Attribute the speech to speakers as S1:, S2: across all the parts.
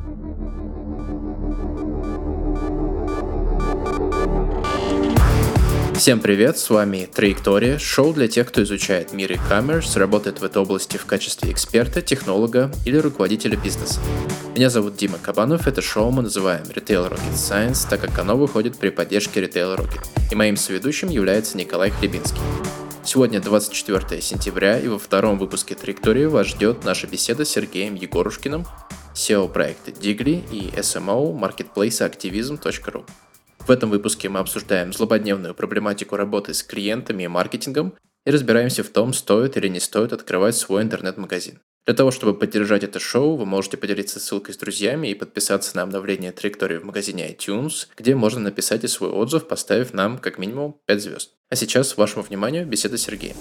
S1: Всем привет, с вами Траектория, шоу для тех, кто изучает мир e-commerce, работает в этой области в качестве эксперта, технолога или руководителя бизнеса. Меня зовут Дима Кабанов, это шоу мы называем Retail Rocket Science, так как оно выходит при поддержке Retail Rocket, и моим соведущим является Николай Хлебинский. Сегодня 24 сентября, и во втором выпуске Траектории вас ждет наша беседа с Сергеем Егорушкиным, SEO проекта Digly и SMO маркетплейса Activism.ru. В этом выпуске мы обсуждаем злободневную проблематику работы с клиентами и маркетингом и разбираемся в том, стоит или не стоит открывать свой интернет-магазин. Для того, чтобы поддержать это шоу, вы можете поделиться ссылкой с друзьями и подписаться на обновление Траектории в магазине iTunes, где можно написать и свой отзыв, поставив нам как минимум 5 звезд. А сейчас, вашему вниманию, беседа с Сергеем.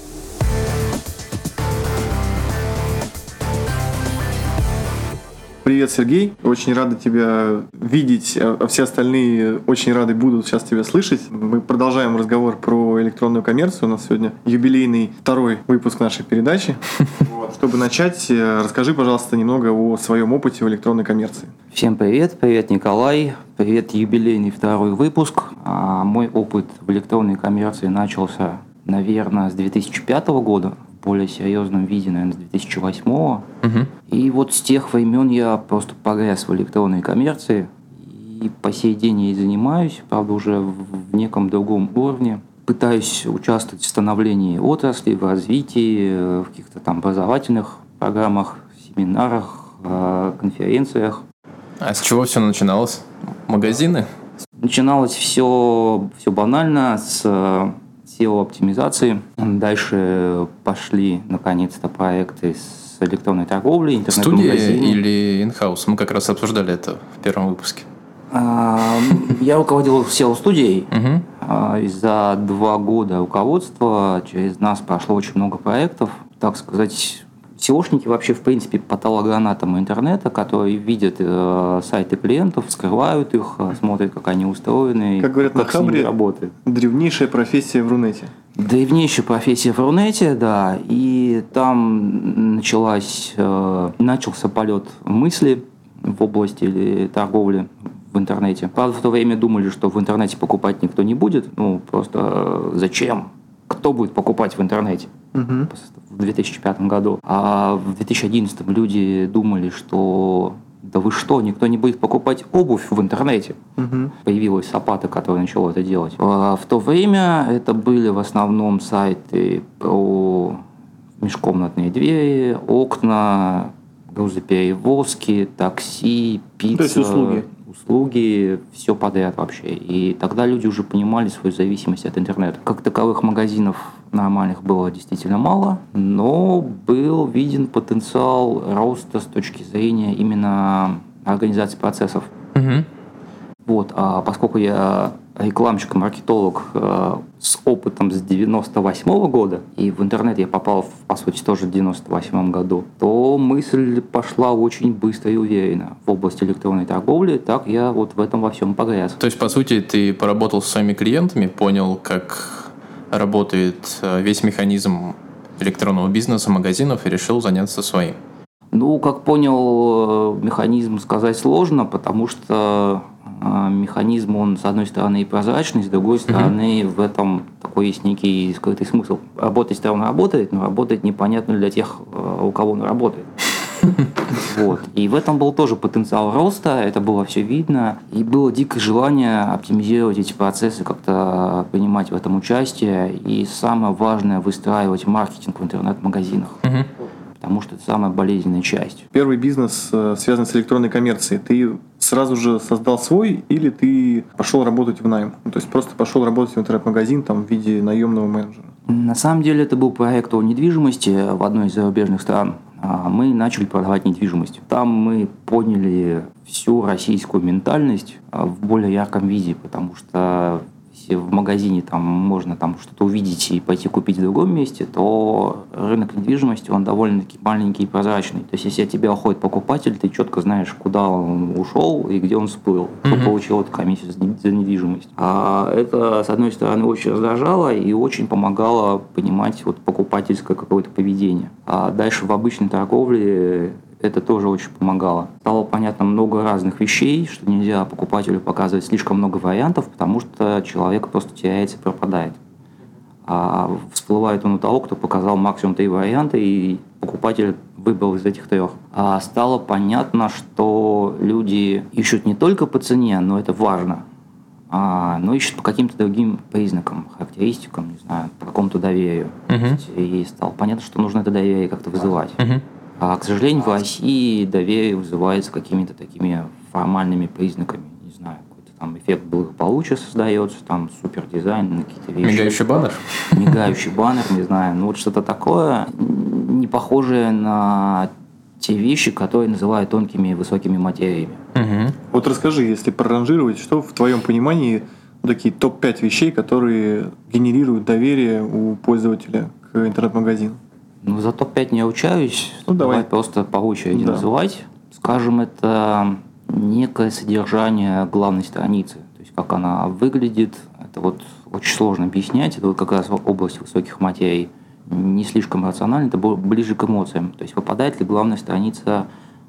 S2: Привет, Сергей. Очень рады тебя видеть, а все остальные очень рады будут сейчас тебя слышать. Мы продолжаем разговор про электронную коммерцию. У нас сегодня юбилейный второй выпуск нашей передачи. Чтобы начать, расскажи, пожалуйста, немного о своем опыте в электронной коммерции.
S3: Всем привет. Привет, Николай. Привет, юбилейный второй выпуск. Мой опыт в электронной коммерции начался, наверное, с 2005 года. В более серьезном виде, наверное, с 2008. И вот с тех времен я просто погряз в электронной коммерции. И по сей день я и занимаюсь, правда, уже в неком другом уровне. Пытаюсь участвовать в становлении отрасли, в развитии, в каких-то там образовательных программах, семинарах, конференциях.
S1: А с чего все начиналось? Магазины?
S3: Начиналось все банально с SEO-оптимизации. Дальше пошли, наконец-то, проекты с электронной торговлей, интернет-магазинами.
S1: Студия или in-house? Мы как раз обсуждали это в первом выпуске.
S3: Я руководил SEO-студией. За 2 года руководства через нас прошло очень много проектов. Так сказать, SEOшники вообще, в принципе, патологоанатомы интернета, которые видят сайты клиентов, скрывают их, смотрят, как они устроены,
S2: как говорят,
S3: как
S2: на Хабре,
S3: работает.
S2: Древнейшая профессия в Рунете.
S3: Древнейшая профессия в Рунете, да. И там начался полет мысли в области или торговли в интернете. Правда, в то время думали, что в интернете покупать никто не будет. Ну, просто зачем? Кто будет покупать в интернете? В 2005 году. А в 2011 люди думали, что да вы что, никто не будет покупать обувь в интернете. Появилась Сапата, которая начала это делать. В то время это были в основном сайты про межкомнатные двери, окна, грузоперевозки, такси, пицца.
S2: То есть
S3: услуги, все подряд вообще. И тогда люди уже понимали свою зависимость от интернета. Как таковых магазинов нормальных было действительно мало, но был виден потенциал роста с точки зрения именно организации процессов. Вот, а поскольку я рекламщик и маркетолог с опытом с 98 года, и в интернет я попал, по сути, тоже в 98 году, то мысль пошла очень быстро и уверенно в области электронной торговли, так я вот в этом во всем погряз.
S1: То есть, по сути, ты поработал со своими клиентами, понял, как работает весь механизм электронного бизнеса, магазинов, и решил заняться своим?
S3: Ну, как понял, механизм сказать сложно, потому что механизм, он, с одной стороны, и прозрачный, с другой стороны, в этом такой есть некий скрытый смысл. Работать он работает, но работает непонятно для тех, у кого он работает. Вот. И в этом был тоже потенциал роста, это было все видно. И было дикое желание оптимизировать эти процессы, как-то принимать в этом участие. И самое важное, выстраивать маркетинг в интернет-магазинах. Потому что это самая болезненная часть.
S2: Первый бизнес, связанный с электронной коммерцией, ты сразу же создал свой или ты пошел работать в найм? То есть просто пошел работать в интернет-магазин там, в виде наемного менеджера?
S3: На самом деле это был проект о недвижимости в одной из зарубежных стран. Мы начали продавать недвижимость. Там мы поняли всю российскую ментальность в более ярком виде, потому что если в магазине там можно там что-то увидеть и пойти купить в другом месте, то рынок недвижимости, он довольно-таки маленький и прозрачный. То есть, если от тебя уходит покупатель, ты четко знаешь, куда он ушел и где он всплыл, кто получил эту комиссию за недвижимость. А это, с одной стороны, очень раздражало и очень помогало понимать вот покупательское какое-то поведение. А дальше в обычной торговле это тоже очень помогало. Стало понятно много разных вещей, что нельзя покупателю показывать слишком много вариантов, потому что человек просто теряется и пропадает. А всплывает он у того, кто показал максимум 3 варианта, и покупатель выбрал из этих 3. А стало понятно, что люди ищут не только по цене, но это важно, но ищут по каким-то другим признакам, характеристикам, не знаю, по какому-то доверию. И стало понятно, что нужно это доверие как-то вызывать. А, к сожалению, в России доверие вызывается какими-то такими формальными признаками. Не знаю, какой-то там эффект благополучия создается, там супердизайн, какие-то вещи.
S1: Мигающий баннер?
S3: Мигающий баннер, не знаю. Ну вот что-то такое, не похожее на те вещи, которые называют тонкими и высокими материями.
S2: Вот расскажи, если проранжировать, что в твоем понимании такие топ-5 вещей, которые генерируют доверие у пользователя к интернет-магазину?
S3: Ну, за топ-5 не ручаюсь.
S2: Давай
S3: просто по очереди называть. Скажем, это некое содержание главной страницы. То есть, как она выглядит, это вот очень сложно объяснять. Это вот как раз область высоких материй. Не слишком рационально, это ближе к эмоциям. То есть, попадает ли главная страница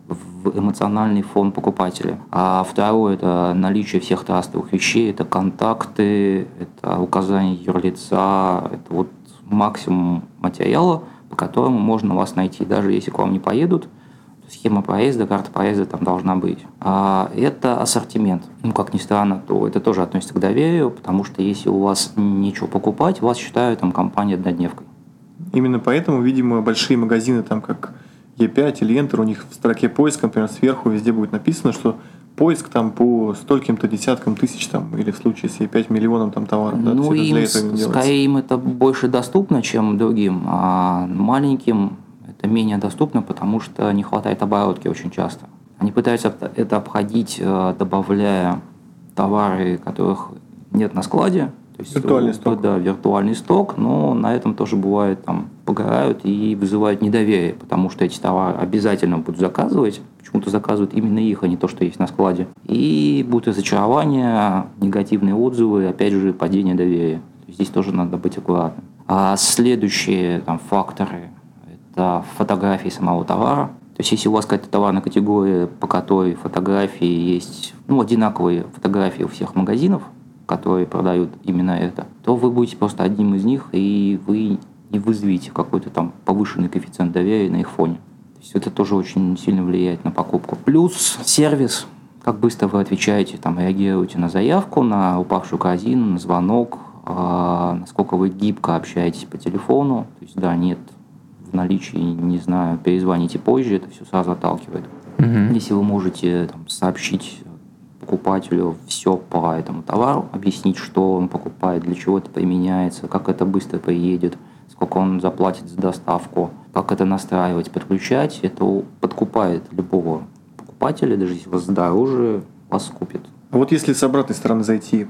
S3: в эмоциональный фон покупателя. А второе – это наличие всех трастовых вещей, это контакты, это указание юрлица, это вот максимум материала, по которому можно вас найти, даже если к вам не поедут. Схема проезда, карта проезда там должна быть. А это ассортимент. Ну, как ни странно, то это тоже относится к доверию, потому что если у вас нечего покупать, вас считают там компанией-однодневкой.
S2: Именно поэтому, видимо, большие магазины, там как E5 или Enter, у них в строке поиска, например, сверху везде будет написано, что поиск там по стольким-то десяткам тысяч, там, или в случае с E5 миллионом там товаров. Да,
S3: ну, им, скорее, им это больше доступно, чем другим, а маленьким это менее доступно, потому что не хватает оборотки очень часто. Они пытаются это обходить, добавляя товары, которых нет на складе. То есть,
S2: виртуальный сток.
S3: Да, виртуальный сток, но на этом тоже бывает, там, погорают и вызывают недоверие, потому что эти товары обязательно будут заказывать, почему-то заказывают именно их, а не то, что есть на складе. И будут разочарования, негативные отзывы, опять же, падение доверия. Здесь тоже надо быть аккуратным. А следующие там, факторы – это фотографии самого товара. То есть, если у вас какая-то товарная категория, по которой фотографии есть, одинаковые фотографии у всех магазинов, которые продают именно это, то вы будете просто одним из них, и вы не вызовете какой-то там повышенный коэффициент доверия на их фоне. То есть это тоже очень сильно влияет на покупку. Плюс сервис, как быстро вы отвечаете, там, реагируете на заявку, на упавшую корзину, на звонок, насколько вы гибко общаетесь по телефону. То есть, да, нет в наличии, не знаю, перезвоните позже, это все сразу отталкивает. Если вы можете там, сообщить покупателю все по этому товару, объяснить, что он покупает, для чего это применяется, как это быстро приедет, сколько он заплатит за доставку, как это настраивать, подключать, это подкупает любого покупателя, даже если у вас дороже, вас купит.
S2: А вот если с обратной стороны зайти,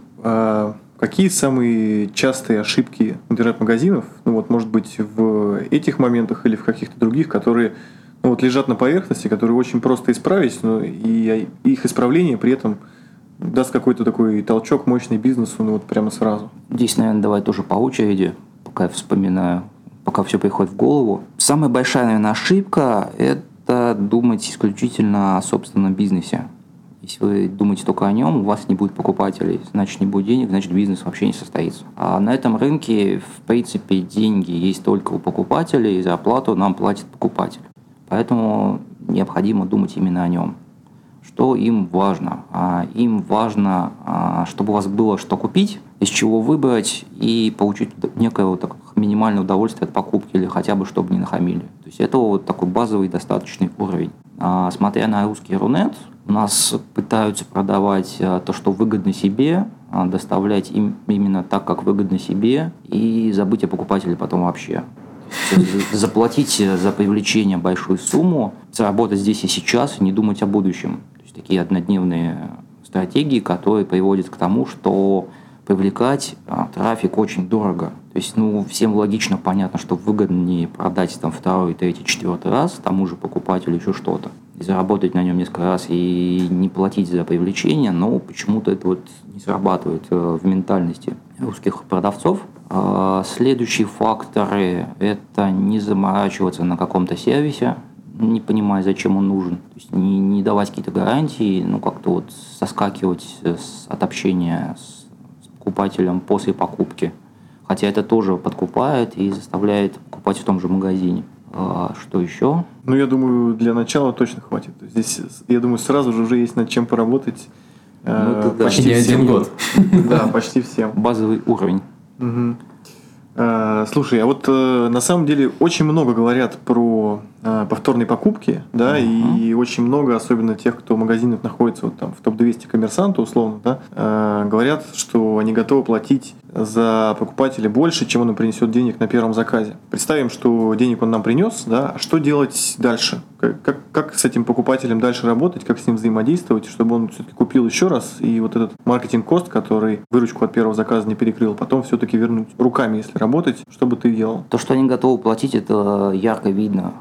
S2: какие самые частые ошибки интернет-магазинов, может быть, в этих моментах или в каких-то других, которые лежат на поверхности, которые очень просто исправить, но и их исправление при этом даст какой-то такой толчок мощный бизнесу, прямо сразу.
S3: Здесь, наверное, давай тоже по очереди, пока я вспоминаю, пока все приходит в голову. Самая большая, наверное, ошибка – это думать исключительно о собственном бизнесе. Если вы думаете только о нем, у вас не будет покупателей, значит, не будет денег, значит, бизнес вообще не состоится. А на этом рынке, в принципе, деньги есть только у покупателей, и зарплату нам платит покупатель. Поэтому необходимо думать именно о нем. Что им важно? Им важно, чтобы у вас было что купить, из чего выбрать и получить некое минимальное удовольствие от покупки или хотя бы чтобы не нахамили. То есть это такой базовый достаточный уровень. Смотря на русский Рунет, у нас пытаются продавать то, что выгодно себе, доставлять им именно так, как выгодно себе, и забыть о покупателе потом вообще. Заплатить за привлечение большую сумму, заработать здесь и сейчас и не думать о будущем. То есть такие однодневные стратегии, которые приводят к тому, что привлекать трафик очень дорого. То есть, всем логично понятно, что выгоднее продать там второй, третий, четвертый раз тому же покупателю еще что-то. И заработать на нем несколько раз и не платить за привлечение, но почему-то это не срабатывает в ментальности русских продавцов. Следующие факторы – это не заморачиваться на каком-то сервисе. не понимая, зачем он нужен. То есть не давать какие-то гарантии, как-то вот соскакивать от общения с покупателем после покупки. Хотя это тоже подкупает и заставляет покупать в том же магазине. Что еще?
S2: Я думаю, для начала точно хватит. Здесь, я думаю, сразу же уже есть над чем поработать.
S1: Почти не один год.
S2: Да, почти всем.
S3: Базовый уровень.
S2: Слушай, а вот на самом деле очень много говорят про повторные покупки, да, и очень много, особенно тех, кто в магазинах находится вот там в топ-200 коммерсанта, условно, да, говорят, что они готовы платить за покупателя больше, чем он им принесет денег на первом заказе. Представим, что денег он нам принес, да, а что делать дальше? Как с этим покупателем дальше работать, как с ним взаимодействовать, чтобы он все-таки купил еще раз, и вот этот маркетинг-кост, который выручку от первого заказа не перекрыл, потом все-таки вернуть руками, если работать, что бы ты делал?
S3: То, что они готовы платить, это ярко видно.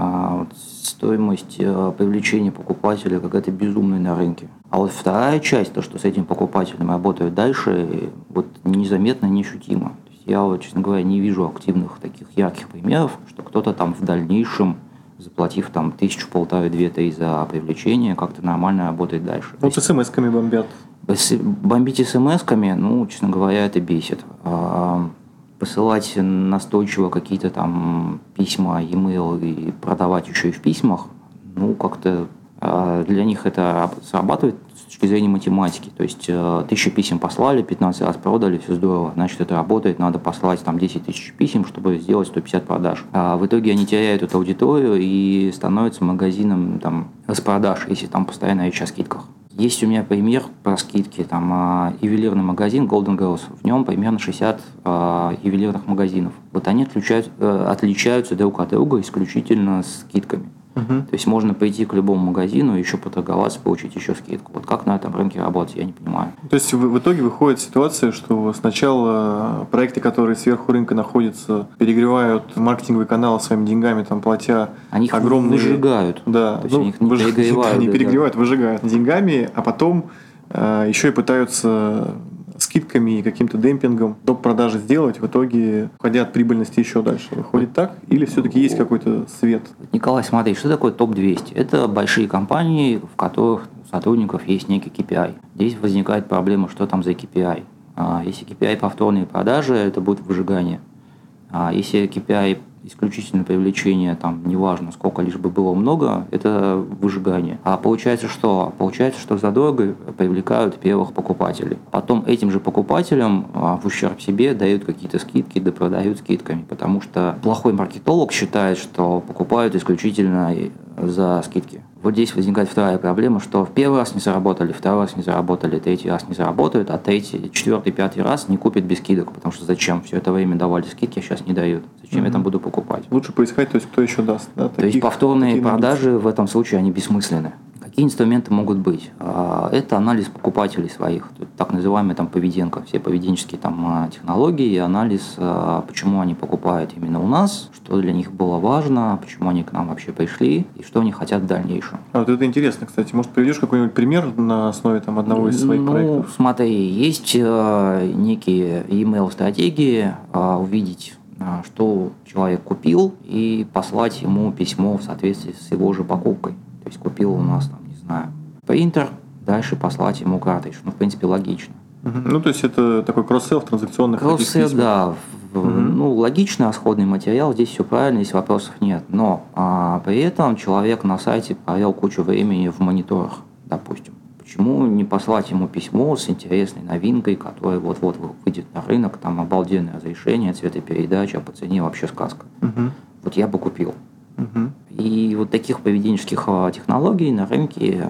S3: Стоимость привлечения покупателя какая-то безумная на рынке. А вот вторая часть, то, что с этим покупателем работают дальше, вот незаметно, неощутимо. То есть я, честно говоря, не вижу активных таких ярких примеров, что кто-то там в дальнейшем, заплатив там 1000, 1500, 2000 за привлечение, как-то нормально работает дальше.
S2: Вот смс-ками бомбят.
S3: Бомбить смс-ками, честно говоря, это бесит. Посылать настойчиво какие-то там письма, e-mail и продавать еще и в письмах, как-то для них это срабатывает с точки зрения математики. То есть 1000 писем послали, 15 раз продали, все здорово. Значит, это работает, надо послать там 10 тысяч писем, чтобы сделать 150 продаж. А в итоге они теряют эту аудиторию и становятся магазином там распродаж, если там постоянно речь о скидках. Есть у меня пример про скидки. Там ювелирный магазин Golden Girls. В нем примерно 60 ювелирных магазинов. Вот они отличаются друг от друга исключительно скидками. То есть можно прийти к любому магазину, еще поторговаться, получить еще скидку. Вот как на этом рынке работать, я не понимаю. То есть
S2: в итоге выходит ситуация, что сначала проекты, которые сверху рынка находятся, перегревают маркетинговый канал своими деньгами, там, платя
S3: они
S2: огромные...
S3: Их выжигают.
S2: Да,
S3: то есть они их не перегревают.
S2: Они перегревают, выжигают деньгами, а потом еще и пытаются скидками и каким-то демпингом топ-продажи сделать, в итоге, уходя от прибыльности еще дальше. Выходит так? Или все-таки есть какой-то свет?
S3: Николай, смотри, что такое топ-200? Это большие компании, в которых у сотрудников есть некий KPI. Здесь возникает проблема, что там за KPI. Если KPI повторные продажи, это будет выжигание. Если KPI исключительно привлечение, там, неважно, сколько лишь бы было много, это выжигание. А получается что? Получается, что задорого привлекают первых покупателей. Потом этим же покупателям в ущерб себе дают какие-то скидки, да продают скидками, потому что плохой маркетолог считает, что покупают исключительно за скидки. Вот здесь возникает вторая проблема, что в первый раз не заработали, второй раз не заработали, третий раз не заработают, а третий, четвертый, пятый раз не купят без скидок, потому что зачем? Все это время давали скидки, а сейчас не дают. Зачем я там буду покупать?
S2: Лучше поискать, то есть кто еще даст. Да,
S3: то есть повторные продажи в этом случае, они бессмысленны. Какие инструменты могут быть? Это анализ покупателей своих, так называемый там поведенка, все поведенческие там технологии, анализ, почему они покупают именно у нас, что для них было важно, почему они к нам вообще пришли и что они хотят в дальнейшем.
S2: А вот это интересно, кстати. Может, приведешь какой-нибудь пример на основе там одного из своих проектов?
S3: Смотри, есть некие email-стратегии, увидеть, что человек купил, и послать ему письмо в соответствии с его же покупкой. То есть купил у нас, там, не знаю, принтер, дальше послать ему картридж. В принципе, логично.
S2: То есть это такой кросс-селл в транзакционных письмах?
S3: Кросс-селл, да. Логично, расходный материал, здесь все правильно, здесь вопросов нет. Но при этом человек на сайте провел кучу времени в мониторах, допустим. Почему не послать ему письмо с интересной новинкой, которая вот-вот выйдет на рынок, там обалденное разрешение, цветопередача, по цене вообще сказка. Вот я бы купил. И вот таких поведенческих технологий на рынке,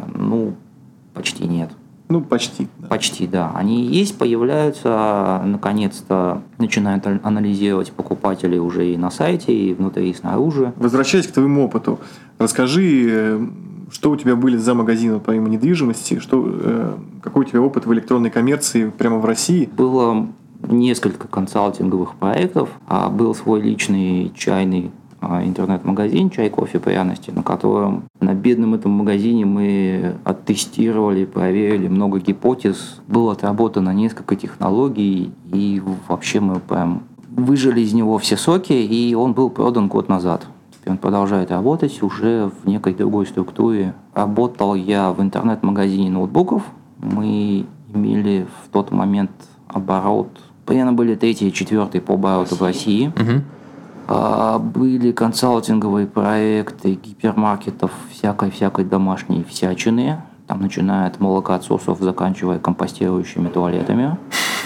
S3: почти нет.
S2: Почти.
S3: Да. Почти, да. Они есть, появляются, наконец-то начинают анализировать покупателей уже и на сайте, и внутри, и снаружи.
S2: Возвращаясь к твоему опыту, расскажи, что у тебя были за магазины помимо недвижимости, какой у тебя опыт в электронной коммерции прямо в России?
S3: Было несколько консалтинговых проектов, был свой личный чайный интернет-магазин «Чай, кофе, пряности», на котором на бедном этом магазине мы оттестировали, проверили много гипотез. Было отработано несколько технологий, и вообще мы прям выжали из него все соки, и он был продан год назад. принципе, он продолжает работать уже в некой другой структуре. Работал я в интернет-магазине ноутбуков. Мы имели в тот момент оборот, примерно были 3-й и 4-й по обороту в России. Были консалтинговые проекты гипермаркетов всякой домашней всячины. Там начиная от молокоотсосов, заканчивая компостирующими туалетами.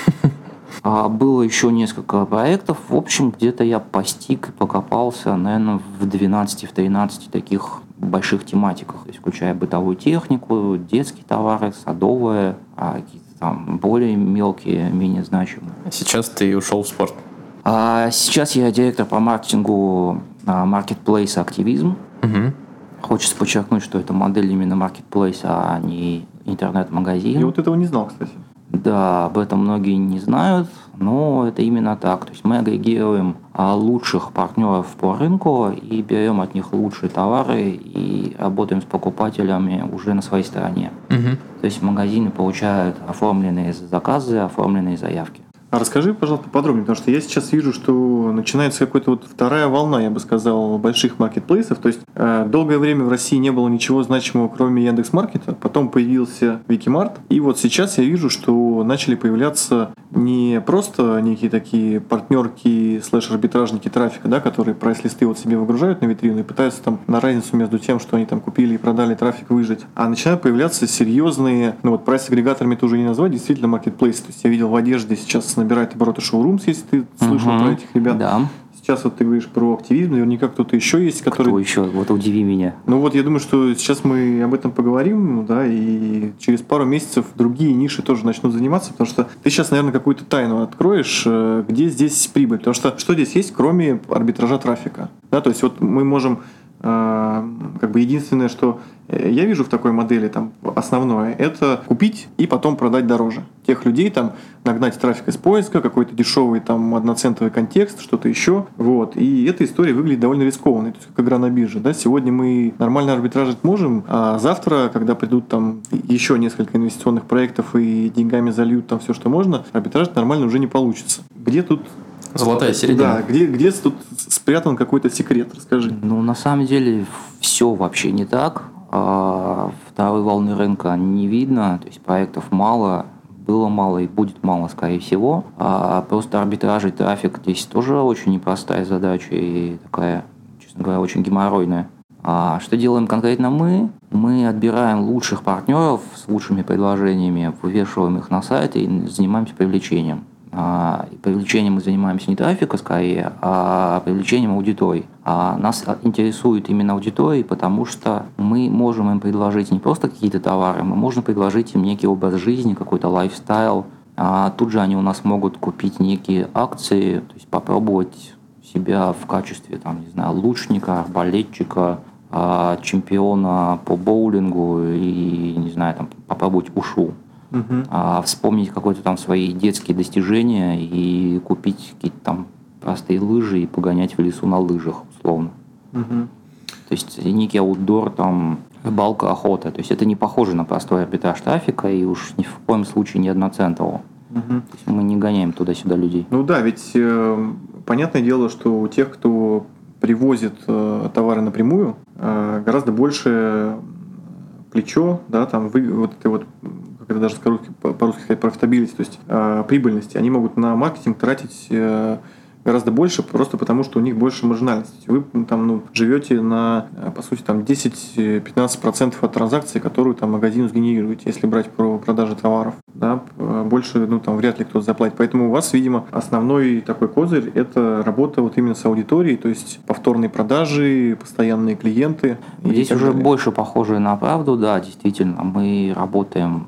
S3: Было еще несколько проектов. В общем, где-то я постиг и покопался, наверное, в 12-13 таких больших тематиках, то есть включая бытовую технику, детские товары, садовые, какие-то там более мелкие, менее значимые.
S1: Сейчас ты ушел в спорт.
S3: Сейчас я директор по маркетингу маркетплейса «Активизм». Хочется подчеркнуть, что это модель именно маркетплейса, а не интернет-магазин.
S2: Я вот этого не знал, кстати.
S3: Да, об этом многие не знают, но это именно так. То есть мы агрегируем лучших партнеров по рынку и берем от них лучшие товары и работаем с покупателями уже на своей стороне. То есть магазины получают оформленные заказы, оформленные заявки.
S2: А расскажи, пожалуйста, поподробнее, потому что я сейчас вижу, что начинается какая-то вот вторая волна, я бы сказал, больших маркетплейсов. То есть долгое время в России не было ничего значимого, кроме Яндекс.Маркета, потом появился Викимарт, и вот сейчас я вижу, что начали появляться не просто некие такие партнерки /арбитражники трафика, да, которые прайс-листы вот себе выгружают на витрину и пытаются там на разницу между тем, что они там купили и продали трафик, выжить, а начинают появляться серьезные, ну вот прайс-агрегаторами тоже не назвать, действительно маркетплейсы. То есть я видел в одежде сейчас набирает обороты шоурумс, если ты слышал про этих ребят.
S3: Да.
S2: Сейчас вот ты говоришь про активизм, наверняка кто-то еще есть, который...
S3: Кто еще? Вот удиви меня.
S2: Ну вот я думаю, что сейчас мы об этом поговорим, да, и через пару месяцев другие ниши тоже начнут заниматься, потому что ты сейчас, наверное, какую-то тайну откроешь, где здесь прибыль. Потому что здесь есть, кроме арбитража трафика? Да, то есть вот мы можем... как бы единственное, что я вижу в такой модели, там, основное, это купить и потом продать дороже. Тех людей, там, нагнать трафик из поиска, какой-то дешевый, там, одноцентовый контекст, что-то еще. Вот. И эта история выглядит довольно рискованной, то есть как игра на бирже. Да? Сегодня мы нормально арбитражить можем, а завтра, когда придут там еще несколько инвестиционных проектов и деньгами зальют там все, что можно, арбитражить нормально уже не получится. Где тут
S1: золотая середина?
S2: Да, где тут спрятан какой-то секрет? Расскажи.
S3: Ну, на самом деле, все вообще не так. Второй волны рынка не видно, то есть проектов мало, было мало и будет мало, скорее всего. Просто арбитражить трафик здесь тоже очень непростая задача и такая, честно говоря, очень геморройная. Что делаем конкретно мы? Мы отбираем лучших партнеров с лучшими предложениями, вывешиваем их на сайт и занимаемся привлечением. Привлечением мы занимаемся не трафика скорее, а привлечением аудитории. Нас интересует именно аудитория, потому что мы можем им предложить не просто какие-то товары, мы можем предложить им некий образ жизни, какой-то лайфстайл. Тут же они у нас могут купить некие акции, то есть попробовать себя в качестве, там, не знаю, лучника, арбалетчика, чемпиона по боулингу и, не знаю, там, попробовать ушу. Вспомнить какие-то там свои детские достижения и купить какие-то там простые лыжи и погонять в лесу на лыжах, условно. То есть некий аутдор, там, рыбалка, охота. То есть это не похоже на простой арбитраж трафика и уж ни в коем случае не одноцентового. То есть мы не гоняем туда-сюда людей.
S2: Ну да, ведь понятное дело, что у тех, кто привозит товары напрямую, гораздо больше плечо, да, там вот это вот, как это даже по-русски сказать, профитабилити, то есть прибыльности. Они могут на маркетинг тратить гораздо больше, просто потому что у них больше маржинальности. Вы там, живете на, по сути, там 10-15% от транзакций, которую там магазин сгенерирует, если брать про продажи товаров. Да, больше там вряд ли кто-то заплатит. Поэтому у вас, видимо, основной такой козырь – это работа вот именно с аудиторией, то есть повторные продажи, постоянные клиенты.
S3: Здесь уже больше похоже на правду, да, действительно. Мы работаем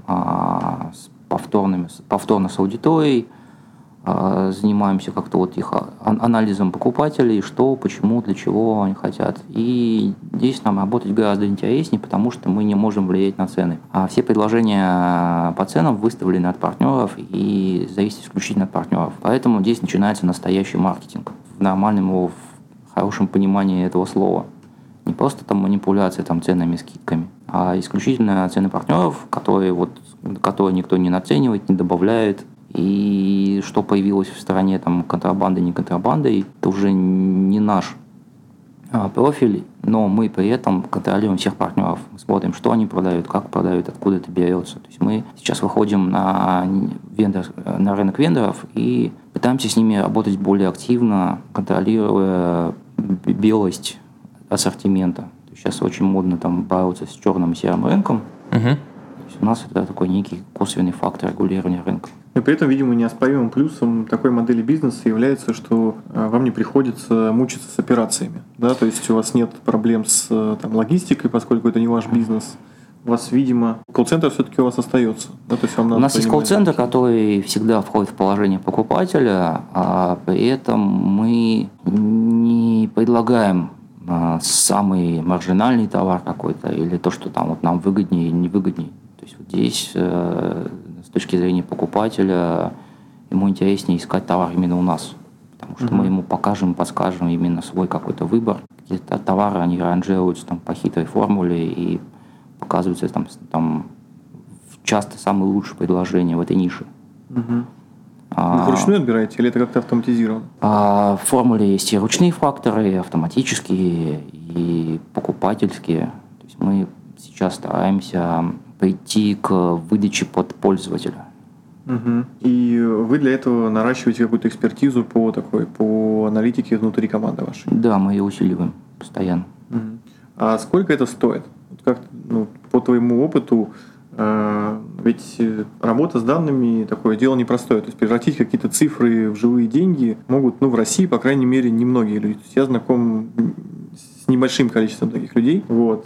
S3: повторно с аудиторией, занимаемся как-то вот их анализом покупателей, что, почему, для чего они хотят. И здесь нам работать гораздо интереснее, потому что мы не можем влиять на цены. Все предложения по ценам выставлены от партнеров и зависят исключительно от партнеров. Поэтому здесь начинается настоящий маркетинг в нормальном его, в хорошем понимании этого слова. Не просто там манипуляция там, ценами, скидками, а исключительно цены партнеров, которые никто не наценивает, не добавляет. И что появилось в стороне там, контрабанды, не контрабандой, это уже не наш профиль, но мы при этом контролируем всех партнеров. Мы смотрим, что они продают, как продают, откуда это берется. То есть мы сейчас выходим на рынок вендоров и пытаемся с ними работать более активно, контролируя белость ассортимента. То есть сейчас очень модно там бороться с черным и серым рынком. То есть у нас это такой некий косвенный фактор регулирования рынка.
S2: И при этом, видимо, неоспоримым плюсом такой модели бизнеса является, что вам не приходится мучиться с операциями. Да? То есть у вас нет проблем с логистикой, поскольку это не ваш бизнес. У вас, видимо, колл-центр все-таки у вас остается. Да? То есть вам надо
S3: у нас есть колл-центр, который всегда входит в положение покупателя, а при этом мы не предлагаем самый маржинальный товар какой-то или то, что там вот нам выгоднее или невыгоднее. То есть вот здесь с точки зрения покупателя ему интереснее искать товар именно у нас, потому что мы ему покажем, подскажем именно свой какой-то выбор. Какие-то товары, они ранжируются там по хитрой формуле и показываются там часто самые лучшие предложения в этой нише.
S2: Вы вручную отбираете или это как-то автоматизировано?
S3: В формуле есть и ручные факторы, и автоматические, и покупательские. То есть мы сейчас стараемся прийти к выдаче под пользователя.
S2: И вы для этого наращиваете какую-то экспертизу по аналитике внутри команды вашей?
S3: Да, мы ее усиливаем постоянно.
S2: А сколько это стоит? По твоему опыту, ведь работа с данными такое дело непростое. То есть превратить какие-то цифры в живые деньги могут, в России, по крайней мере, немногие люди. То есть я знаком с небольшим количеством таких людей,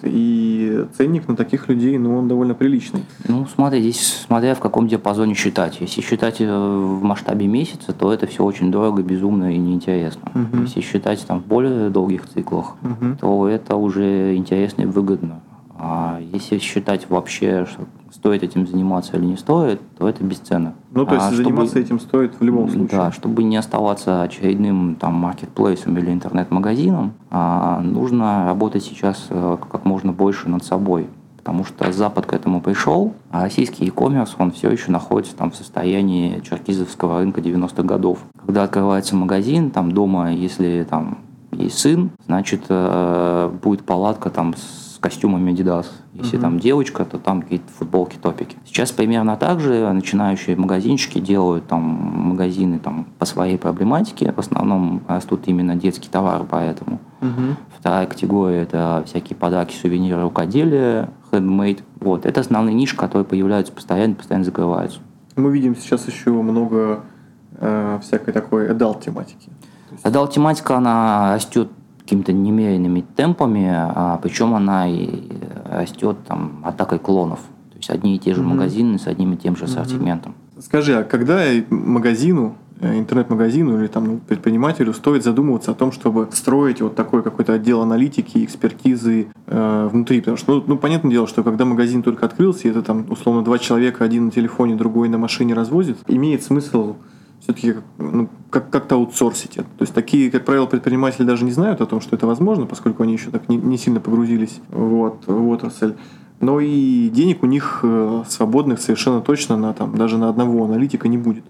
S2: и ценник на таких людей, он довольно приличный.
S3: Смотри, здесь смотря в каком диапазоне считать. Если считать в масштабе месяца, то это все очень дорого, безумно и неинтересно. Если считать в более долгих циклах, то это уже интересно и выгодно. А если считать вообще, что стоит этим заниматься или не стоит, то это бесценно.
S2: То есть заниматься этим стоит в любом случае?
S3: Да, чтобы не оставаться очередным маркетплейсом или интернет-магазином, нужно работать сейчас как можно больше над собой. Потому что Запад к этому пришел, а российский e-commerce, он все еще находится в состоянии черкизовского рынка 90-х годов. Когда открывается магазин, дома, если есть сын, значит, будет палатка с костюмами Adidas. Если девочка, то там какие-то футболки, топики. Сейчас примерно так же начинающие магазинчики делают магазины по своей проблематике. В основном растут именно детские товары, поэтому. Вторая категория – это всякие подарки, сувениры, рукоделия, handmade. Это основные ниши, которые появляются постоянно закрываются.
S2: Мы видим сейчас еще много всякой такой adult тематики.
S3: Adult тематика, она растет какими-то немеренными темпами, причем она и растет атакой клонов. То есть одни и те же магазины с одним и тем же ассортиментом.
S2: Скажи, а когда магазину, интернет-магазину или предпринимателю стоит задумываться о том, чтобы строить такой какой-то отдел аналитики, экспертизы внутри? Потому что, понятное дело, что когда магазин только открылся, и это условно 2 человека, один на телефоне, другой на машине развозит, имеет смысл все-таки как-то аутсорсить это. То есть такие, как правило, предприниматели даже не знают о том, что это возможно, поскольку они еще так не сильно погрузились в отрасль. Но и денег у них свободных совершенно точно даже на одного аналитика не будет.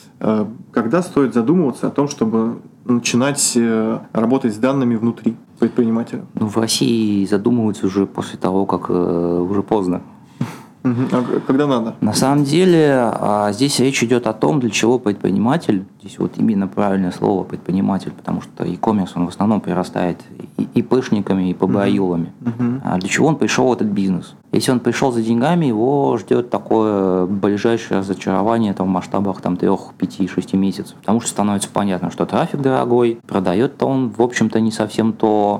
S2: Когда стоит задумываться о том, чтобы начинать работать с данными внутри предпринимателя?
S3: В России задумываются уже после того, как уже поздно.
S2: А когда надо?
S3: На самом деле, здесь речь идет о том, для чего предприниматель, здесь именно правильное слово предприниматель, потому что e-commerce, он в основном прирастает и пышниками, и побоилами. А для чего он пришел в этот бизнес? Если он пришел за деньгами, его ждет такое ближайшее разочарование в масштабах 3, 5, 6 месяцев. Потому что становится понятно, что трафик дорогой, продает-то он, в общем-то, не совсем то.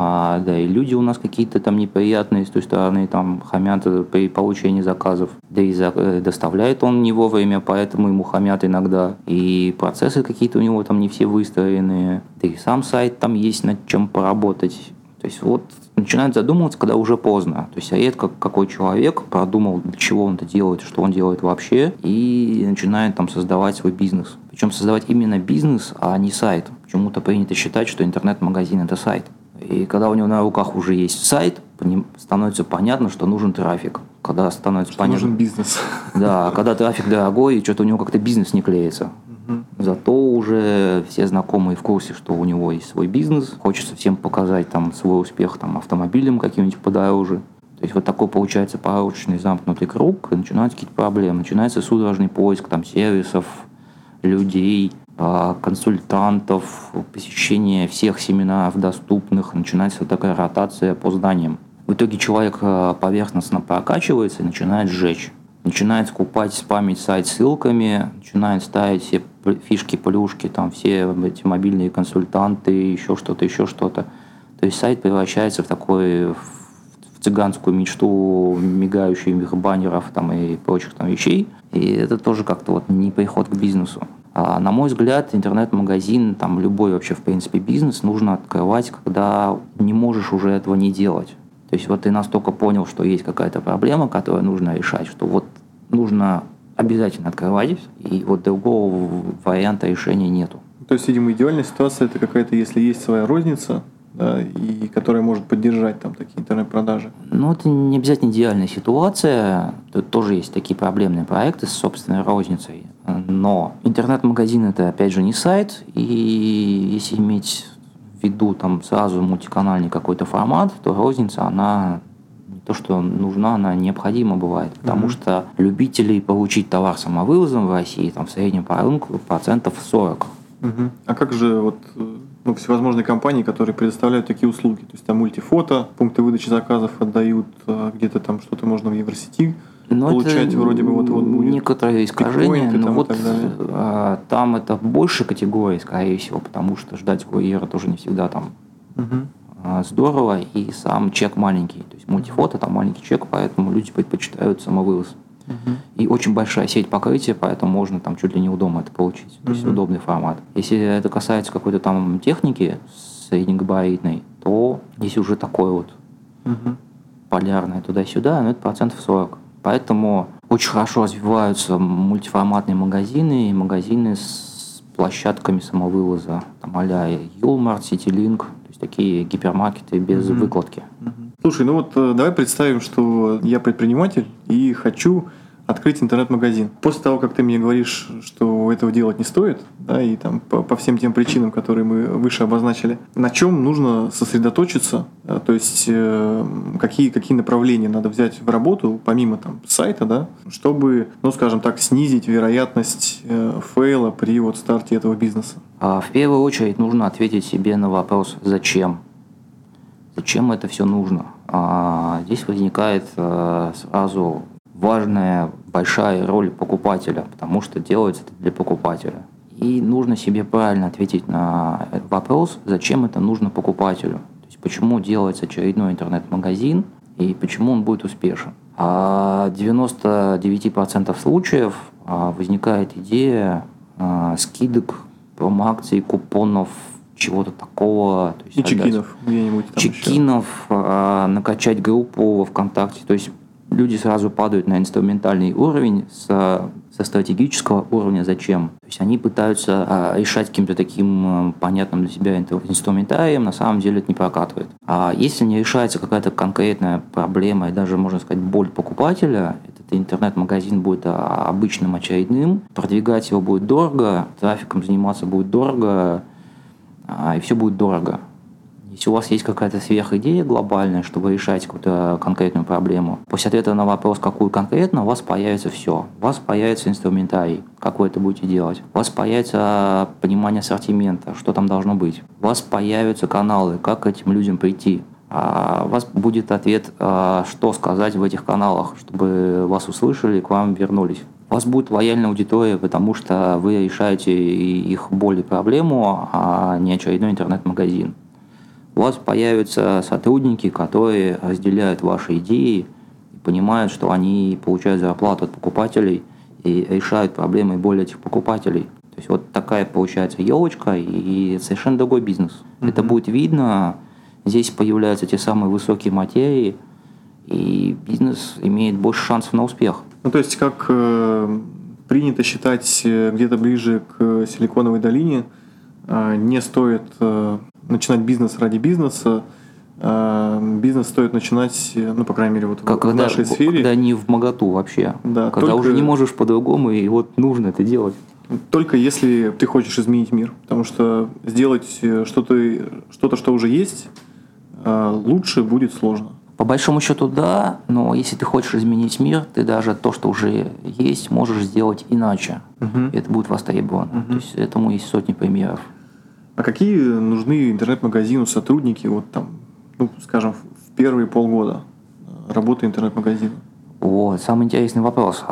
S3: И люди у нас какие-то неприятные с той стороны, хамят при получении заказов. Да и доставляет он не вовремя, поэтому ему хамят иногда. И процессы какие-то у него не все выстроены. Да и сам сайт есть над чем поработать. То есть начинают задумываться, когда уже поздно. То есть редко какой человек продумал, для чего он это делает, что он делает вообще, и начинает создавать свой бизнес. Причем создавать именно бизнес, а не сайт. Почему-то принято считать, что интернет-магазин – это сайт. И когда у него на руках уже есть сайт, становится понятно, что нужен трафик. Когда становится понятно,
S2: нужен бизнес.
S3: Да, когда трафик дорогой, и что-то у него как-то бизнес не клеится. Зато уже все знакомые в курсе, что у него есть свой бизнес. Хочется всем показать там свой успех там, автомобилем каким-нибудь подороже. То есть вот такой получается порочный замкнутый круг, и начинаются какие-то проблемы. Начинается судорожный поиск там, сервисов, людей, консультантов, посещение всех семинаров доступных. Начинается такая ротация по зданиям. В итоге человек поверхностно прокачивается и начинает сжечь. Начинает скупать, спамить сайт ссылками, начинает ставить все фишки, плюшки, там все эти мобильные консультанты, еще что-то. То есть сайт превращается в такой, в цыганскую мечту мигающих баннеров там, и прочих там вещей. И это тоже как-то вот не приход к бизнесу. А, на мой взгляд, интернет-магазин, там любой вообще, в принципе, бизнес нужно открывать, когда не можешь уже этого не делать. То есть вот ты настолько понял, что есть какая-то проблема, которую нужно решать, что вот нужно обязательно открывать, и вот другого варианта решения нету.
S2: То есть, видимо, идеальная ситуация это какая-то, если есть своя розница, да, и которая может поддержать там такие интернет-продажи.
S3: Ну, это не обязательно идеальная ситуация. Тут тоже есть такие проблемные проекты с собственной розницей. Но интернет-магазин это, опять же, не сайт, и если иметь в виду там сразу мультиканальный какой-то формат, то розница, она не то, что нужна, она необходима бывает. Потому что любителей получить товар самовывозом в России там в среднем по рынку 40%.
S2: А как же вот всевозможные компании, которые предоставляют такие услуги? То есть там мультифото, пункты выдачи заказов отдают, где-то там что-то можно в Евросети получать, вроде бы вот-вот будет.
S3: Некоторые искажения, но вот там это больше категорий, скорее всего, потому что ждать курьера тоже не всегда там здорово, и сам чек маленький. То есть мультифото, там маленький чек, поэтому люди предпочитают самовывоз. И очень большая сеть покрытия, поэтому можно там чуть ли не у дома это получить. То есть удобный формат. Если это касается какой-то там техники среднегабаритной, то если уже такое вот полярное туда-сюда, ну это 40%. Поэтому очень хорошо развиваются мультиформатные магазины и магазины с площадками самовывоза. Там а-ля Юлмарт, Ситилинк, то есть такие гипермаркеты без выкладки.
S2: Слушай, ну вот давай представим, что я предприниматель и хочу открыть интернет-магазин. После того, как ты мне говоришь, что этого делать не стоит, да, и там по всем тем причинам, которые мы выше обозначили, на чем нужно сосредоточиться, да, то есть какие направления надо взять в работу, помимо там сайта, да, чтобы, ну, скажем так, снизить вероятность фейла при вот старте этого бизнеса?
S3: В первую очередь нужно ответить себе на вопрос «Зачем?». Зачем это все нужно? Здесь возникает сразу важная, большая роль покупателя, потому что делается это для покупателя. И нужно себе правильно ответить на вопрос, зачем это нужно покупателю. То есть почему делается очередной интернет-магазин и почему он будет успешен. В 99% случаев возникает идея скидок, промо-акций, купонов, чего-то такого. То есть
S2: и чекинов где-нибудь там
S3: чекинов, накачать группу во ВКонтакте. То есть люди сразу падают на инструментальный уровень со стратегического уровня «зачем?». То есть они пытаются решать каким-то таким понятным для себя инструментарием, на самом деле это не прокатывает. А если не решается какая-то конкретная проблема и даже, можно сказать, боль покупателя, этот интернет-магазин будет обычным, очередным, продвигать его будет дорого, трафиком заниматься будет дорого, и все будет дорого. Если у вас есть какая-то сверхидея глобальная, чтобы решать какую-то конкретную проблему, после ответа на вопрос, какую конкретно, у вас появится все. У вас появится инструментарий, как вы это будете делать. У вас появится понимание ассортимента, что там должно быть. У вас появятся каналы, как к этим людям прийти. У вас будет ответ, что сказать в этих каналах, чтобы вас услышали и к вам вернулись. У вас будет лояльная аудитория, потому что вы решаете их боль и проблему, а не очередной интернет-магазин. У вас появятся сотрудники, которые разделяют ваши идеи и понимают, что они получают зарплату от покупателей и решают проблемы и боли этих покупателей. То есть вот такая получается елочка и совершенно другой бизнес. Это будет видно, здесь появляются те самые высокие материи, и бизнес имеет больше шансов на успех.
S2: Ну, то есть, как принято считать где-то ближе к Силиконовой долине, не стоит начинать бизнес ради бизнеса, бизнес стоит начинать, ну, по крайней мере, вот в нашей сфере.
S3: Когда не вмоготу вообще.
S2: Да,
S3: когда уже не можешь по-другому, и вот нужно это делать.
S2: Только если ты хочешь изменить мир. Потому что сделать что-то, что уже есть, лучше будет сложно.
S3: По большому счету, да, но если ты хочешь изменить мир, ты даже то, что уже есть, можешь сделать иначе. Это будет востребовано. То есть этому есть сотни примеров.
S2: А какие нужны интернет-магазину сотрудники, вот там, ну, скажем, в первые полгода работы интернет-магазина?
S3: Вот, самый интересный вопрос.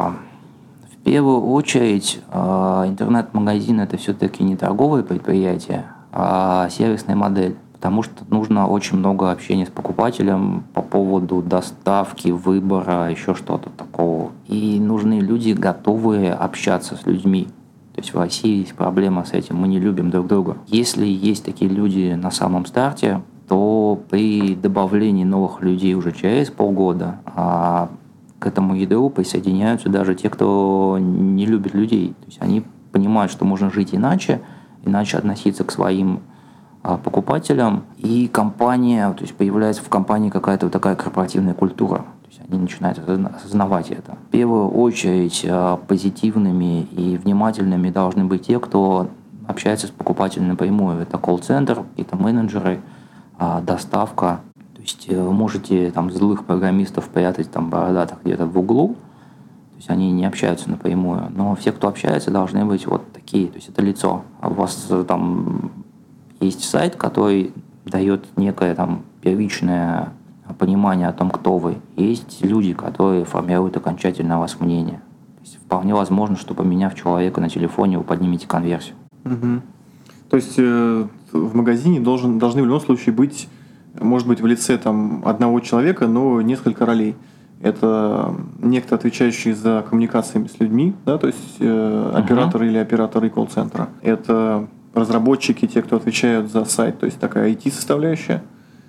S3: В первую очередь, интернет-магазин – это все-таки не торговое предприятие, а сервисная модель. Потому что нужно очень много общения с покупателем по поводу доставки, выбора, еще что-то такого. И нужны люди, готовые общаться с людьми. То есть в России есть проблема с этим, мы не любим друг друга. Если есть такие люди на самом старте, то при добавлении новых людей уже через полгода к этому ядру присоединяются даже те, кто не любит людей. То есть они понимают, что можно жить иначе относиться к своим покупателям, и компания, то есть появляется в компании какая-то вот такая корпоративная культура. То есть они начинают осознавать это. В первую очередь позитивными и внимательными должны быть те, кто общается с покупателем напрямую. Это колл-центр, какие-то менеджеры, доставка. То есть вы можете там злых программистов прятать там бородатых где-то в углу, то есть они не общаются напрямую, но все, кто общается, должны быть вот такие, то есть это лицо. А у вас там есть сайт, который дает некое там первичное понимание о том, кто вы. Есть люди, которые формируют окончательное вас мнение. То есть вполне возможно, что поменяв человека на телефоне, вы поднимете конверсию.
S2: То есть в магазине должны в любом случае быть, может быть, в лице там одного человека, но несколько ролей. Это некто, отвечающий за коммуникациями с людьми, да, то есть операторы или операторы колл-центра. Это разработчики, те, кто отвечают за сайт, то есть такая IT-составляющая.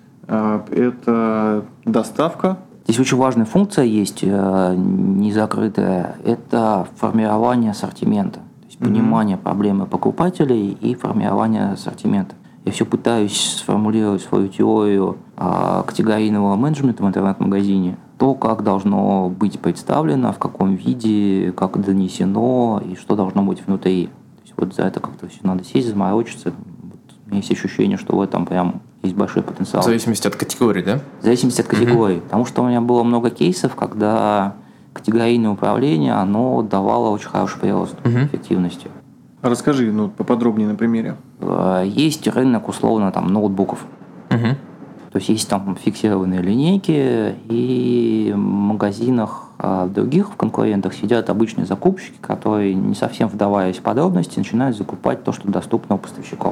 S2: Это доставка.
S3: Здесь очень важная функция есть, не закрытая. Это формирование ассортимента. То есть понимание проблемы покупателей и формирование ассортимента. Я все пытаюсь сформулировать свою теорию категорийного менеджмента в интернет-магазине. То, как должно быть представлено, в каком виде, как донесено и что должно быть внутри. Вот за это как-то все надо сесть, заморочиться. Вот у меня есть ощущение, что в этом прям есть большой потенциал.
S1: В зависимости от категории, да?
S3: В зависимости от категории. Потому что у меня было много кейсов, когда категорийное управление, оно давало очень хороший прирост эффективности.
S2: Расскажи, поподробнее на примере.
S3: Есть рынок, условно, там, ноутбуков. То есть есть там фиксированные линейки, и в магазинах других, в конкурентах, сидят обычные закупщики, которые, не совсем вдаваясь в подробности, начинают закупать то, что доступно у поставщиков.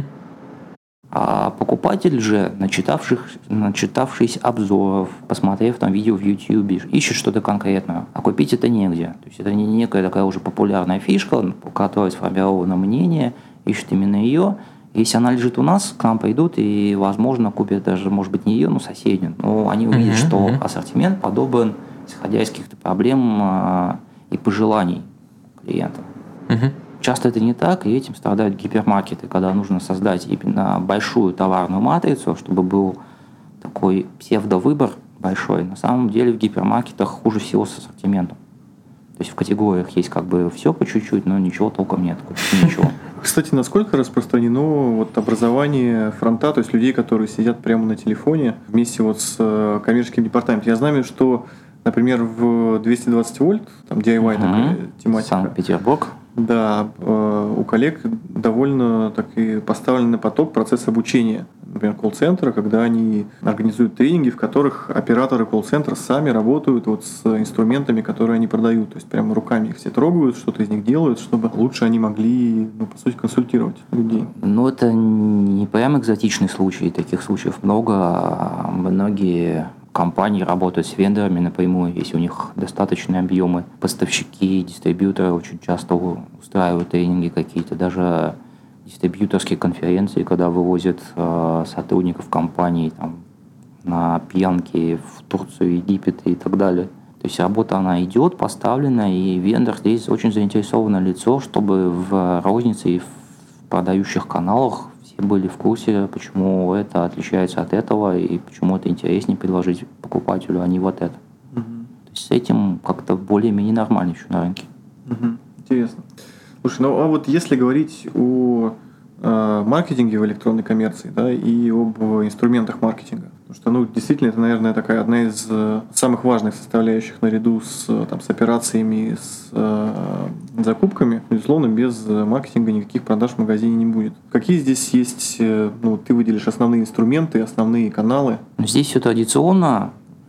S3: А покупатель же, начитавшись обзоров, посмотрев там видео в YouTube, ищет что-то конкретное. А купить это негде. То есть это не некая такая уже популярная фишка, по которой сформировано мнение, ищет именно ее. Если она лежит у нас, к нам придут и, возможно, купят даже, может быть, не ее, но соседнюю. Но они увидят, что ассортимент подобен, исходя из каких-то проблем и пожеланий клиента. Часто это не так, и этим страдают гипермаркеты, когда нужно создать именно большую товарную матрицу, чтобы был такой псевдовыбор большой. На самом деле в гипермаркетах хуже всего с ассортиментом. То есть в категориях есть как бы все по чуть-чуть, но ничего толком нет. Ничего.
S2: Кстати, насколько распространено вот образование фронта, то есть людей, которые сидят прямо на телефоне вместе вот с коммерческим департаментом? Я знаю, что, например, в 220 вольт, там DIY такая тематика.
S3: Санкт-Петербург.
S2: Да, у коллег довольно так и поставлен на поток процесс обучения, например, колл-центра, когда они организуют тренинги, в которых операторы колл-центра сами работают вот с инструментами, которые они продают. То есть прямо руками их все трогают, что-то из них делают, чтобы лучше они могли, по сути, консультировать людей.
S3: Это не прям экзотичный случай, таких случаев много. Многие компании работают с вендорами напрямую, если у них достаточные объемы. Поставщики, дистрибьюторы очень часто устраивают тренинги какие-то, даже дистрибьюторские конференции, когда вывозят сотрудников компаний там, на пьянки в Турцию, Египет и так далее. То есть работа, она идет, поставлена, и вендор здесь очень заинтересованное лицо, чтобы в рознице и в продающих каналах все были в курсе, почему это отличается от этого и почему это интереснее предложить покупателю, а не вот это. То есть с этим как-то более-менее нормально еще на рынке.
S2: Интересно. Слушай, ну а вот если говорить о маркетинге в электронной коммерции, да, и об инструментах маркетинга, потому что, ну, действительно, это, наверное, такая одна из самых важных составляющих наряду с операциями, с закупками. Безусловно, без маркетинга никаких продаж в магазине не будет. Какие здесь есть, ну, ты выделишь основные инструменты, основные каналы?
S3: Здесь все традиционно.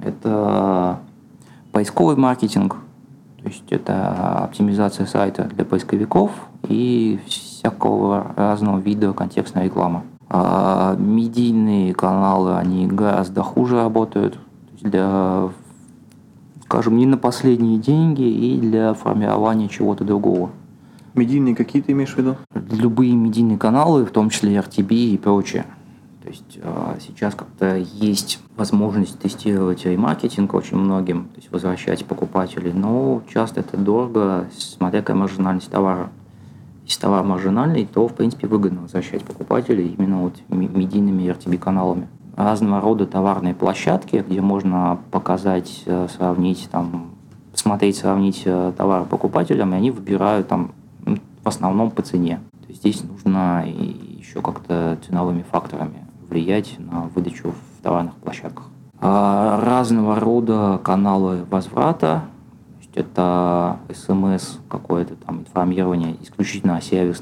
S3: Это поисковый маркетинг, то есть это оптимизация сайта для поисковиков и всякого разного вида контекстная реклама. А медийные каналы, они гораздо хуже работают. То есть для, скажем, не на последние деньги и для формирования чего-то другого.
S2: Медийные какие ты имеешь в виду?
S3: Любые медийные каналы, в том числе RTB и прочее. То есть сейчас как-то есть возможность тестировать ремаркетинг очень многим, то есть возвращать покупателей, но часто это дорого, смотря какая маржинальность товара. Если товар маржинальный, то, в принципе, выгодно возвращать покупателей именно вот медийными RTB-каналами. Разного рода товарные площадки, где можно показать, сравнить, там, посмотреть, сравнить товары покупателям, и они выбирают там, в основном по цене. То есть здесь нужно еще как-то ценовыми факторами влиять на выдачу в товарных площадках. Разного рода каналы возврата, то есть это СМС, какое-то там информирование исключительно о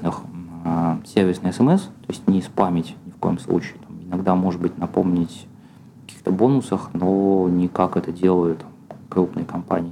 S3: сервисный СМС, то есть не спамить ни в коем случае. Там, иногда, может быть, напомнить о каких-то бонусах, но не как это делают крупные компании.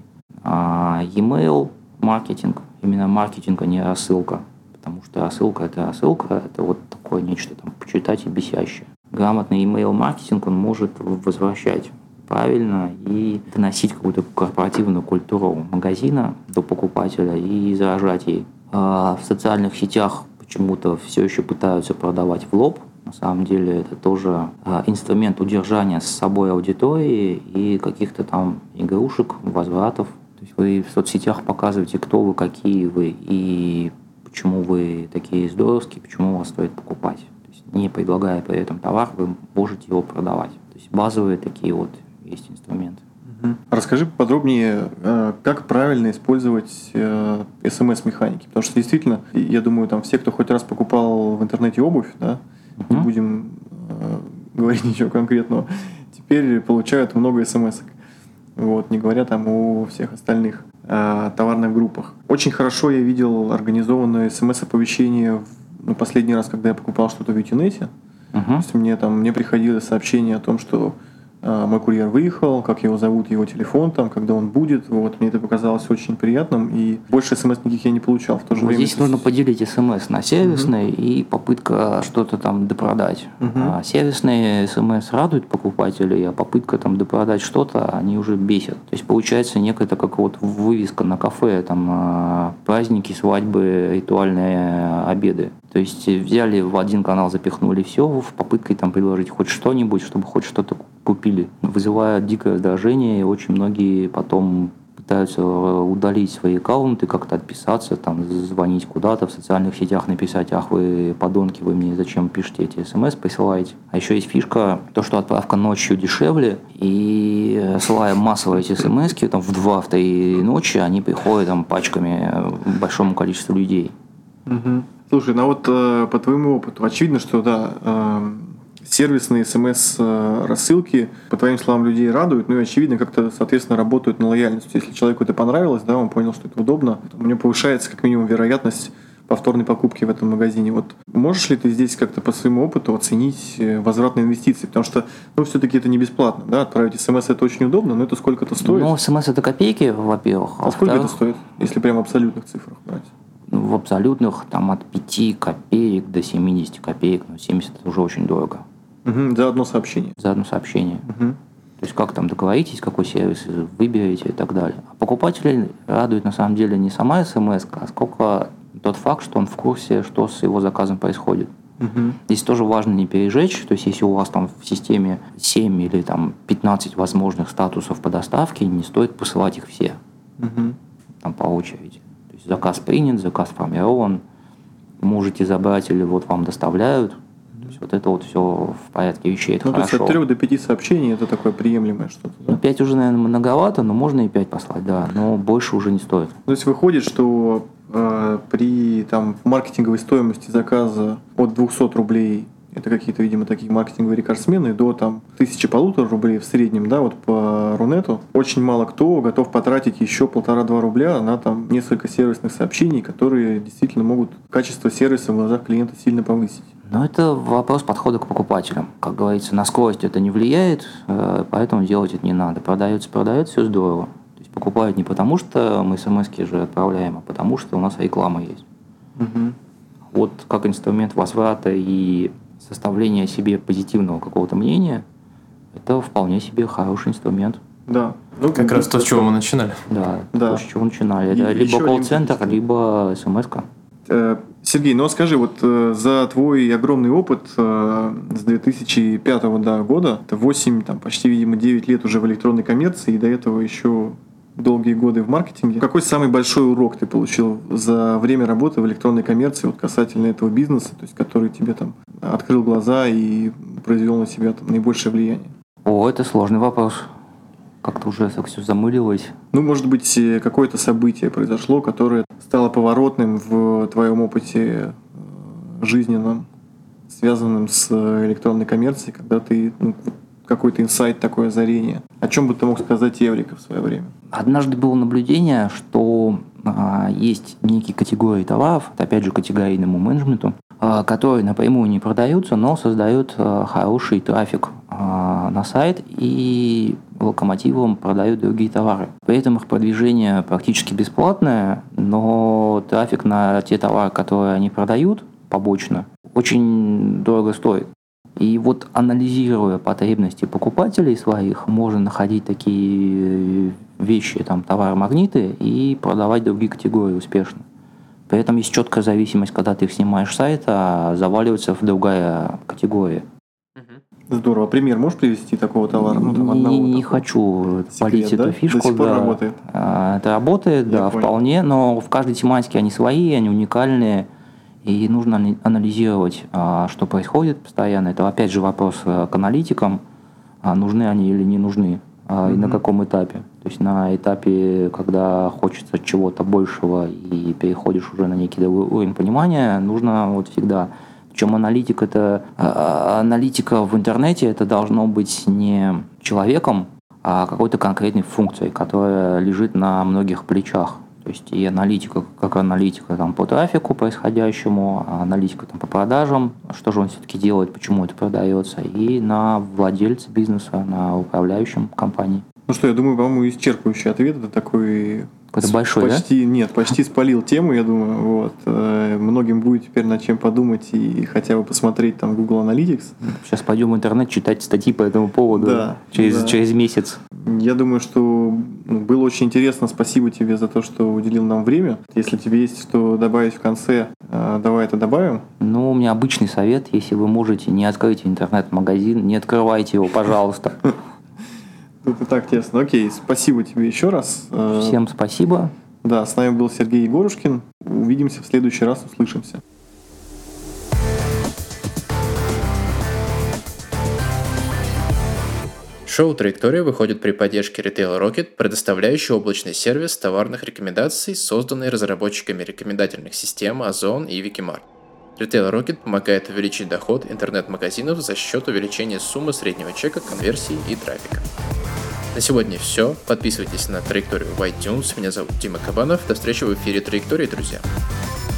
S3: E-mail маркетинг, именно маркетинг, а не рассылка. Потому что рассылка – это вот такое нечто там почитать и бесящее. Грамотный email-маркетинг, он может возвращать правильно и доносить какую-то корпоративную культуру магазина до покупателя и заражать ей. А в социальных сетях почему-то все еще пытаются продавать в лоб. На самом деле это тоже инструмент удержания с собой аудитории и каких-то там игрушек, возвратов. То есть вы в соцсетях показываете, кто вы, какие вы и почему вы такие здоровские, почему вас стоит покупать. То есть не предлагая при этом товар, вы можете его продавать. То есть базовые такие вот есть инструменты.
S2: Расскажи подробнее, как правильно использовать СМС-механики. Потому что действительно, я думаю, там все, кто хоть раз покупал в интернете обувь, да, не будем говорить ничего конкретного, теперь получают много СМС-ок. Вот, не говоря там о всех остальных товарных группах. Очень хорошо я видел организованное СМС-оповещение последний раз, когда я покупал что-то в Ютинете. То есть мне приходило сообщение о том, что мой курьер выехал, как его зовут, его телефон, там, когда он будет. Вот, мне это показалось очень приятным, и больше смс никаких я не получал. В то же время
S3: здесь нужно поделить смс на сервисные и попытка что-то там допродать. Сервисные смс радуют покупателей, а попытка там допродать что-то, они уже бесят. То есть получается некая такая вот вывеска на кафе, там праздники, свадьбы, ритуальные обеды. То есть взяли в один канал, запихнули все в попыткой там предложить хоть что-нибудь, чтобы хоть что-то купили. Вызывая дикое раздражение, и очень многие потом пытаются удалить свои аккаунты, как-то отписаться, там, звонить куда-то, в социальных сетях написать: ах, вы подонки, вы мне зачем пишете эти смс, присылаете. А еще есть фишка, то, что отправка ночью дешевле, и ссылая массово эти смс, там, в 2-3 ночи, они приходят там пачками большому количеству людей.
S2: Слушай, ну вот по твоему опыту, очевидно, что да, сервисные СМС-рассылки, по твоим словам, людей радуют, ну и очевидно, как-то, соответственно, работают на лояльность. Если человеку это понравилось, да, он понял, что это удобно, у него повышается как минимум вероятность повторной покупки в этом магазине. Вот можешь ли ты здесь как-то по своему опыту оценить возвратные инвестиции? Потому что, ну, все-таки это не бесплатно, да, отправить СМС это очень удобно, но это сколько-то стоит.
S3: Ну, СМС это копейки, во-первых.
S2: А сколько это стоит, если прям в абсолютных цифрах брать?
S3: В абсолютных там от 5 копеек до 70 копеек, но 70 это уже очень дорого.
S2: За одно сообщение? За
S3: одно сообщение. То есть как там договоритесь, какой сервис выберете и так далее. А покупателей радует на самом деле не сама смс, а сколько тот факт, что он в курсе, что с его заказом происходит. Здесь тоже важно не пережечь, то есть если у вас там в системе 7 или там 15 возможных статусов по доставке, не стоит посылать их все там по очереди. То есть заказ принят, заказ сформирован, можете забрать или вот вам доставляют. То вот это вот все в порядке вещей, это
S2: Ну, то есть
S3: хорошо.
S2: от 3 до 5 сообщений это такое приемлемое что-то, да?
S3: 5 уже, наверное, многовато, но можно и 5 послать, да, но больше уже не стоит.
S2: То есть выходит, что при там, маркетинговой стоимости заказа от 200 рублей, это какие-то, видимо, такие маркетинговые рекордсмены, до там 1000-1500 рублей в среднем, да, вот по Рунету, очень мало кто готов потратить еще 1,5-2 рубля на там несколько сервисных сообщений, которые действительно могут качество сервиса в глазах клиента сильно повысить.
S3: Но это вопрос подхода к покупателям. Как говорится, на скорость это не влияет, поэтому делать это не надо. Продается, все здорово. То есть покупают не потому, что мы смс-ки же отправляем, а потому, что у нас реклама есть.
S2: Угу.
S3: Вот как инструмент возврата и составления о себе позитивного какого-то мнения, это вполне себе хороший инструмент.
S2: Да.
S1: Ну, как раз то, с чего мы начинали.
S3: Да,
S2: Да.
S3: то, с чего начинали.
S2: И
S3: Это либо
S2: еще
S3: колл-центр,
S2: один-
S3: либо смс-ка.
S2: Сергей, ну скажи, вот за твой огромный опыт с 2005 года, это 8, там, почти, видимо, 9 лет уже в электронной коммерции, и до этого еще долгие годы в маркетинге. Какой самый большой урок ты получил за время работы в электронной коммерции вот касательно этого бизнеса, то есть который тебе там открыл глаза и произвел на себя там наибольшее влияние?
S3: О, это сложный вопрос. Как-то уже так все замылилось.
S2: Ну, может быть, какое-то событие произошло, которое стало поворотным в твоем опыте жизненном, связанным с электронной коммерцией, когда ты какой-то инсайт, такое озарение. О чем бы ты мог сказать Эврика в свое время?
S3: Однажды было наблюдение, что есть некие категории товаров, это опять же категорийному менеджменту, которые напрямую не продаются, но создают хороший трафик на сайт и локомотивом продают другие товары. При этом их продвижение практически бесплатное, но трафик на те товары, которые они продают побочно, очень дорого стоит. И вот анализируя потребности покупателей своих, можно находить такие вещи, там, товары-магниты и продавать другие категории успешно. При этом есть четкая зависимость, когда ты их снимаешь с сайта, заваливается в другая категория.
S2: Здорово. Пример можешь привести такого товара? Ну, там, одного
S3: Не
S2: такого?
S3: хочу
S2: Секрет,
S3: палить
S2: да?
S3: эту фишку.
S2: До сих пор
S3: да.
S2: работает?
S3: Это работает,
S2: Я
S3: да,
S2: понял.
S3: вполне, но в каждой тематике они свои, они уникальные, и нужно анализировать, что происходит постоянно. Это опять же вопрос к аналитикам, нужны они или не нужны, и на каком этапе. То есть на этапе, когда хочется чего-то большего и переходишь уже на некий другой уровень понимания, нужно вот всегда. Причем аналитика в интернете это должно быть не человеком, а какой-то конкретной функцией, которая лежит на многих плечах. То есть и аналитика, как аналитика там, по трафику происходящему, а аналитика там, по продажам, что же он все-таки делает, почему это продается, и на владельца бизнеса, на управляющем компании.
S2: Ну что, я думаю, по-моему, исчерпывающий ответ. Это такой...
S3: Какой-то большой,
S2: почти, да? Нет, почти спалил тему, я думаю. Вот. Многим будет теперь над чем подумать и хотя бы посмотреть там Google Analytics.
S3: Сейчас пойдем в интернет читать статьи по этому поводу
S2: Да,
S3: через месяц.
S2: Я думаю, что было очень интересно. Спасибо тебе за то, что уделил нам время. Если тебе есть что добавить в конце, давай это добавим.
S3: Ну, у меня обычный совет. Если вы можете, не откройте интернет-магазин, не открывайте его, пожалуйста.
S2: Это так тесно. Окей, спасибо тебе еще раз.
S3: Всем спасибо.
S2: Да, с нами был Сергей Егорушкин. Увидимся в следующий раз, услышимся.
S1: Шоу «Траектория» выходит при поддержке Retail Rocket, предоставляющий облачный сервис товарных рекомендаций, созданный разработчиками рекомендательных систем Озон и Wikimart. Retail Rocket помогает увеличить доход интернет-магазинов за счет увеличения суммы среднего чека, конверсии и трафика. На сегодня все. Подписывайтесь на «Траекторию» в iTunes. Меня зовут Дима Кабанов. До встречи в эфире «Траектории», друзья.